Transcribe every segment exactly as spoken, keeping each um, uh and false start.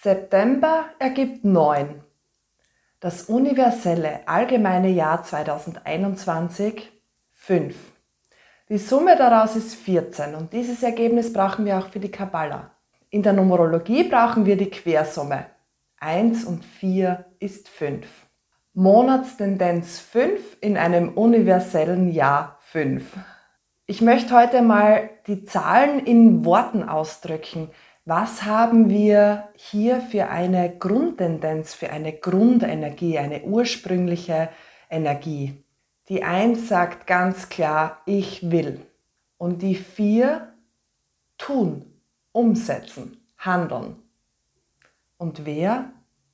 September ergibt neun. Das universelle allgemeine Jahr zweitausendeinundzwanzig fünf. Die Summe daraus ist vierzehn und dieses Ergebnis brauchen wir auch für die Kabbala. In der Numerologie brauchen wir die Quersumme. eins und vier ist fünf. Monatstendenz fünf in einem universellen Jahr fünf. Ich möchte heute mal die Zahlen in Worten ausdrücken. Was haben wir hier für eine Grundtendenz, für eine Grundenergie, eine ursprüngliche Energie? Die eins sagt ganz klar, ich will. Und die vier tun, umsetzen, handeln. Und wer?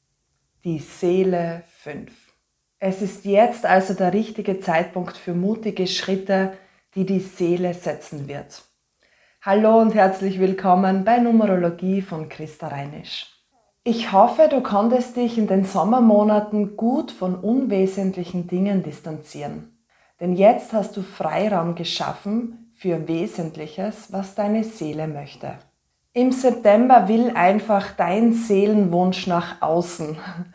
Die Seele fünf. Es ist jetzt also der richtige Zeitpunkt für mutige Schritte, die die Seele setzen wird. Hallo und herzlich willkommen bei Numerologie von Christa Reinisch. Ich hoffe, du konntest dich in den Sommermonaten gut von unwesentlichen Dingen distanzieren. Denn jetzt hast du Freiraum geschaffen für Wesentliches, was deine Seele möchte. Im September will einfach dein Seelenwunsch nach außen.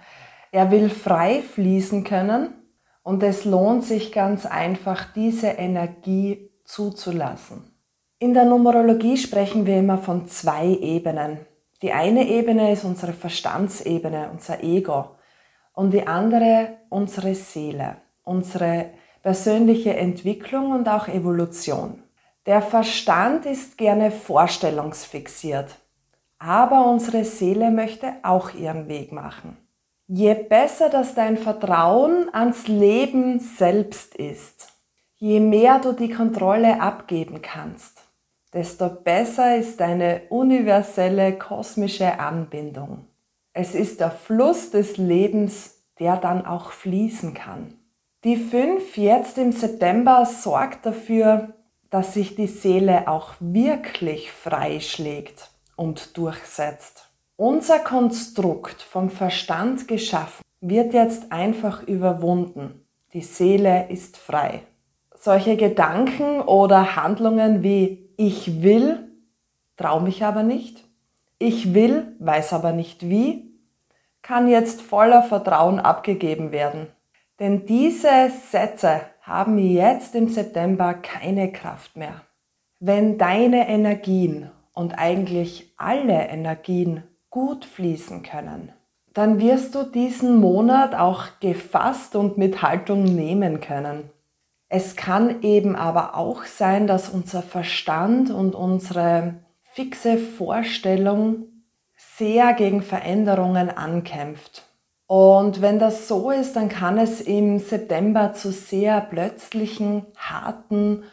Er will frei fließen können und es lohnt sich ganz einfach, diese Energie zuzulassen. In der Numerologie sprechen wir immer von zwei Ebenen. Die eine Ebene ist unsere Verstandsebene, unser Ego, und die andere unsere Seele, unsere persönliche Entwicklung und auch Evolution. Der Verstand ist gerne vorstellungsfixiert, aber unsere Seele möchte auch ihren Weg machen. Je besser, dass dein Vertrauen ans Leben selbst ist, je mehr du die Kontrolle abgeben kannst, desto besser ist deine universelle kosmische Anbindung. Es ist der Fluss des Lebens, der dann auch fließen kann. Die fünf jetzt im September sorgt dafür, dass sich die Seele auch wirklich frei schlägt und durchsetzt. Unser Konstrukt vom Verstand geschaffen wird jetzt einfach überwunden. Die Seele ist frei. Solche Gedanken oder Handlungen wie ich will, traue mich aber nicht, ich will, weiß aber nicht wie, kann jetzt voller Vertrauen abgegeben werden. Denn diese Sätze haben jetzt im September keine Kraft mehr. Wenn deine Energien und eigentlich alle Energien gut fließen können, dann wirst du diesen Monat auch gefasst und mit Haltung nehmen können. Es kann eben aber auch sein, dass unser Verstand und unsere fixe Vorstellung sehr gegen Veränderungen ankämpft. Und wenn das so ist, dann kann es im September zu sehr plötzlichen, harten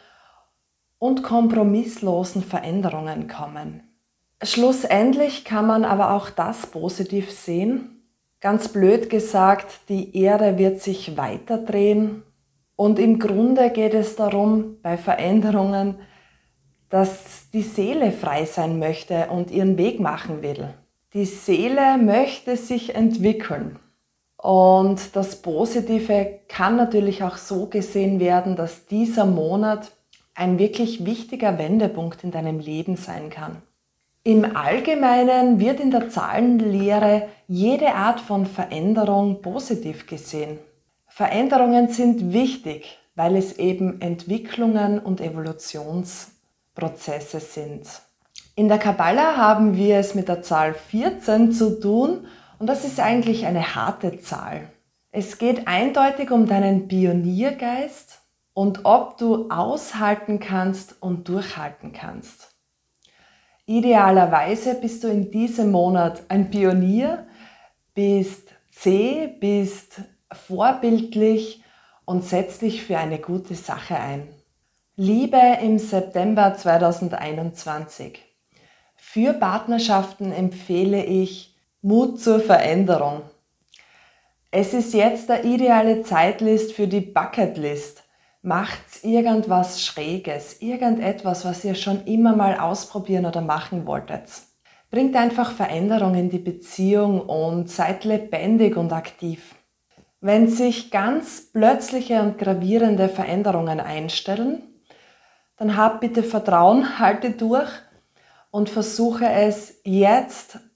und kompromisslosen Veränderungen kommen. Schlussendlich kann man aber auch das positiv sehen. Ganz blöd gesagt, die Erde wird sich weiterdrehen. Und im Grunde geht es darum, bei Veränderungen, dass die Seele frei sein möchte und ihren Weg machen will. Die Seele möchte sich entwickeln. Und das Positive kann natürlich auch so gesehen werden, dass dieser Monat ein wirklich wichtiger Wendepunkt in deinem Leben sein kann. Im Allgemeinen wird in der Zahlenlehre jede Art von Veränderung positiv gesehen. Veränderungen sind wichtig, weil es eben Entwicklungen und Evolutionsprozesse sind. In der Kabbala haben wir es mit der Zahl vierzehn zu tun und das ist eigentlich eine harte Zahl. Es geht eindeutig um deinen Pioniergeist und ob du aushalten kannst und durchhalten kannst. Idealerweise bist du in diesem Monat ein Pionier, bist zäh, bist vorbildlich und setz dich für eine gute Sache ein. Liebe im September zweitausendeinundzwanzig. Für Partnerschaften empfehle ich Mut zur Veränderung. Es ist jetzt der ideale Zeitlist für die Bucketlist. Macht irgendwas Schräges, irgendetwas, was ihr schon immer mal ausprobieren oder machen wolltet. Bringt einfach Veränderung in die Beziehung und seid lebendig und aktiv. Wenn sich ganz plötzliche und gravierende Veränderungen einstellen, dann hab bitte Vertrauen, halte durch und versuche es jetzt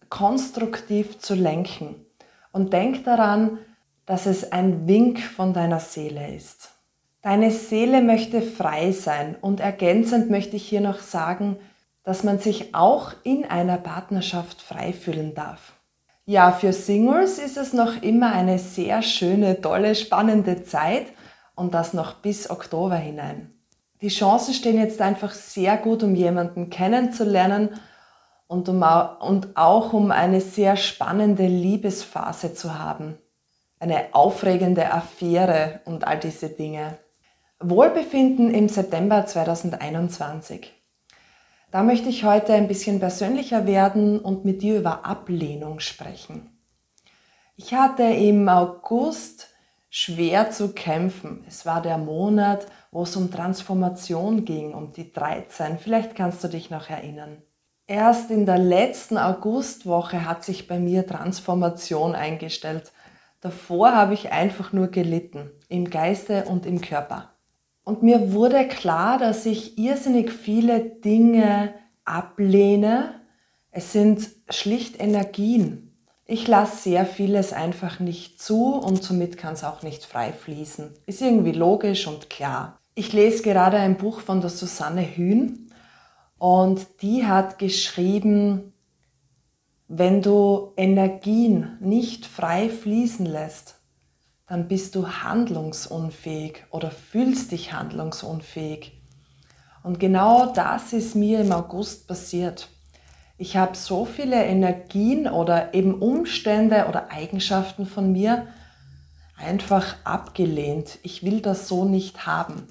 konstruktiv zu lenken. Und denk daran, dass es ein Wink von deiner Seele ist. Deine Seele möchte frei sein und ergänzend möchte ich hier noch sagen, dass man sich auch in einer Partnerschaft frei fühlen darf. Ja, für Singles ist es noch immer eine sehr schöne, tolle, spannende Zeit und das noch bis Oktober hinein. Die Chancen stehen jetzt einfach sehr gut, um jemanden kennenzulernen und, um, und auch um eine sehr spannende Liebesphase zu haben. Eine aufregende Affäre und all diese Dinge. Wohlbefinden im September zweitausendeinundzwanzig. Da möchte ich heute ein bisschen persönlicher werden und mit dir über Ablehnung sprechen. Ich hatte im August schwer zu kämpfen. Es war der Monat, wo es um Transformation ging, um die dreizehn. Vielleicht kannst du dich noch erinnern. Erst in der letzten Augustwoche hat sich bei mir Transformation eingestellt. Davor habe ich einfach nur gelitten, im Geiste und im Körper. Und mir wurde klar, dass ich irrsinnig viele Dinge ablehne. Es sind schlicht Energien. Ich lasse sehr vieles einfach nicht zu und somit kann es auch nicht frei fließen. Ist irgendwie logisch und klar. Ich lese gerade ein Buch von der Susanne Hühn und die hat geschrieben, wenn du Energien nicht frei fließen lässt, dann bist du handlungsunfähig oder fühlst dich handlungsunfähig. Und genau das ist mir im August passiert. Ich habe so viele Energien oder eben Umstände oder Eigenschaften von mir einfach abgelehnt. Ich will das so nicht haben.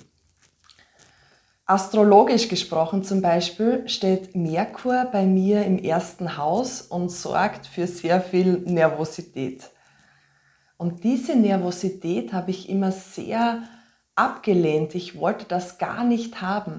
Astrologisch gesprochen zum Beispiel steht Merkur bei mir im ersten Haus und sorgt für sehr viel Nervosität. Und diese Nervosität habe ich immer sehr abgelehnt. Ich wollte das gar nicht haben.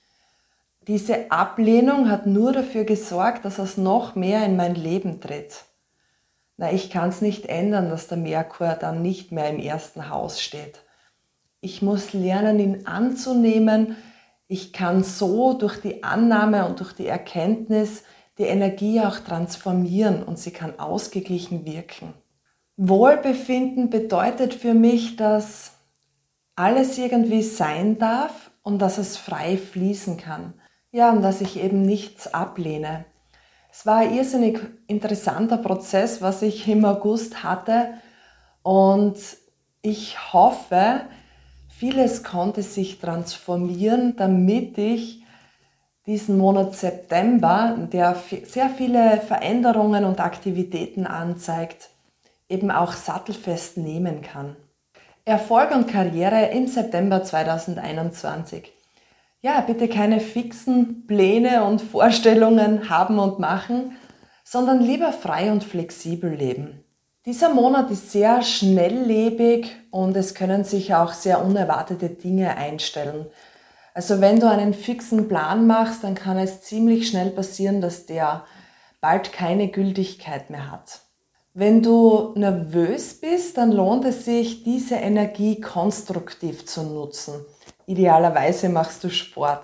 Diese Ablehnung hat nur dafür gesorgt, dass es noch mehr in mein Leben tritt. Na, ich kann es nicht ändern, dass der Merkur dann nicht mehr im ersten Haus steht. Ich muss lernen, ihn anzunehmen. Ich kann so durch die Annahme und durch die Erkenntnis die Energie auch transformieren und sie kann ausgeglichen wirken. Wohlbefinden bedeutet für mich, dass alles irgendwie sein darf und dass es frei fließen kann. Ja, und dass ich eben nichts ablehne. Es war ein irrsinnig interessanter Prozess, was ich im August hatte und ich hoffe, vieles konnte sich transformieren, damit ich diesen Monat September, der sehr viele Veränderungen und Aktivitäten anzeigt, eben auch sattelfest nehmen kann. Erfolg und Karriere im September zweitausendeinundzwanzig. Ja, bitte keine fixen Pläne und Vorstellungen haben und machen, sondern lieber frei und flexibel leben. Dieser Monat ist sehr schnelllebig und es können sich auch sehr unerwartete Dinge einstellen. Also wenn du einen fixen Plan machst, dann kann es ziemlich schnell passieren, dass der bald keine Gültigkeit mehr hat. Wenn du nervös bist, dann lohnt es sich, diese Energie konstruktiv zu nutzen. Idealerweise machst du Sport.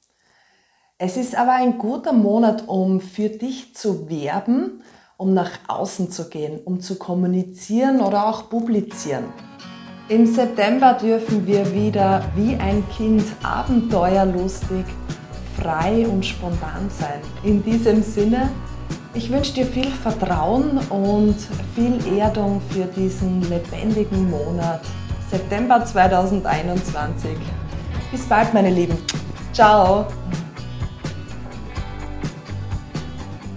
Es ist aber ein guter Monat, um für dich zu werben, um nach außen zu gehen, um zu kommunizieren oder auch publizieren. Im September dürfen wir wieder wie ein Kind abenteuerlustig, frei und spontan sein. In diesem Sinne, ich wünsche dir viel Vertrauen und viel Erdung für diesen lebendigen Monat September zweitausendeinundzwanzig. Bis bald, meine Lieben. Ciao!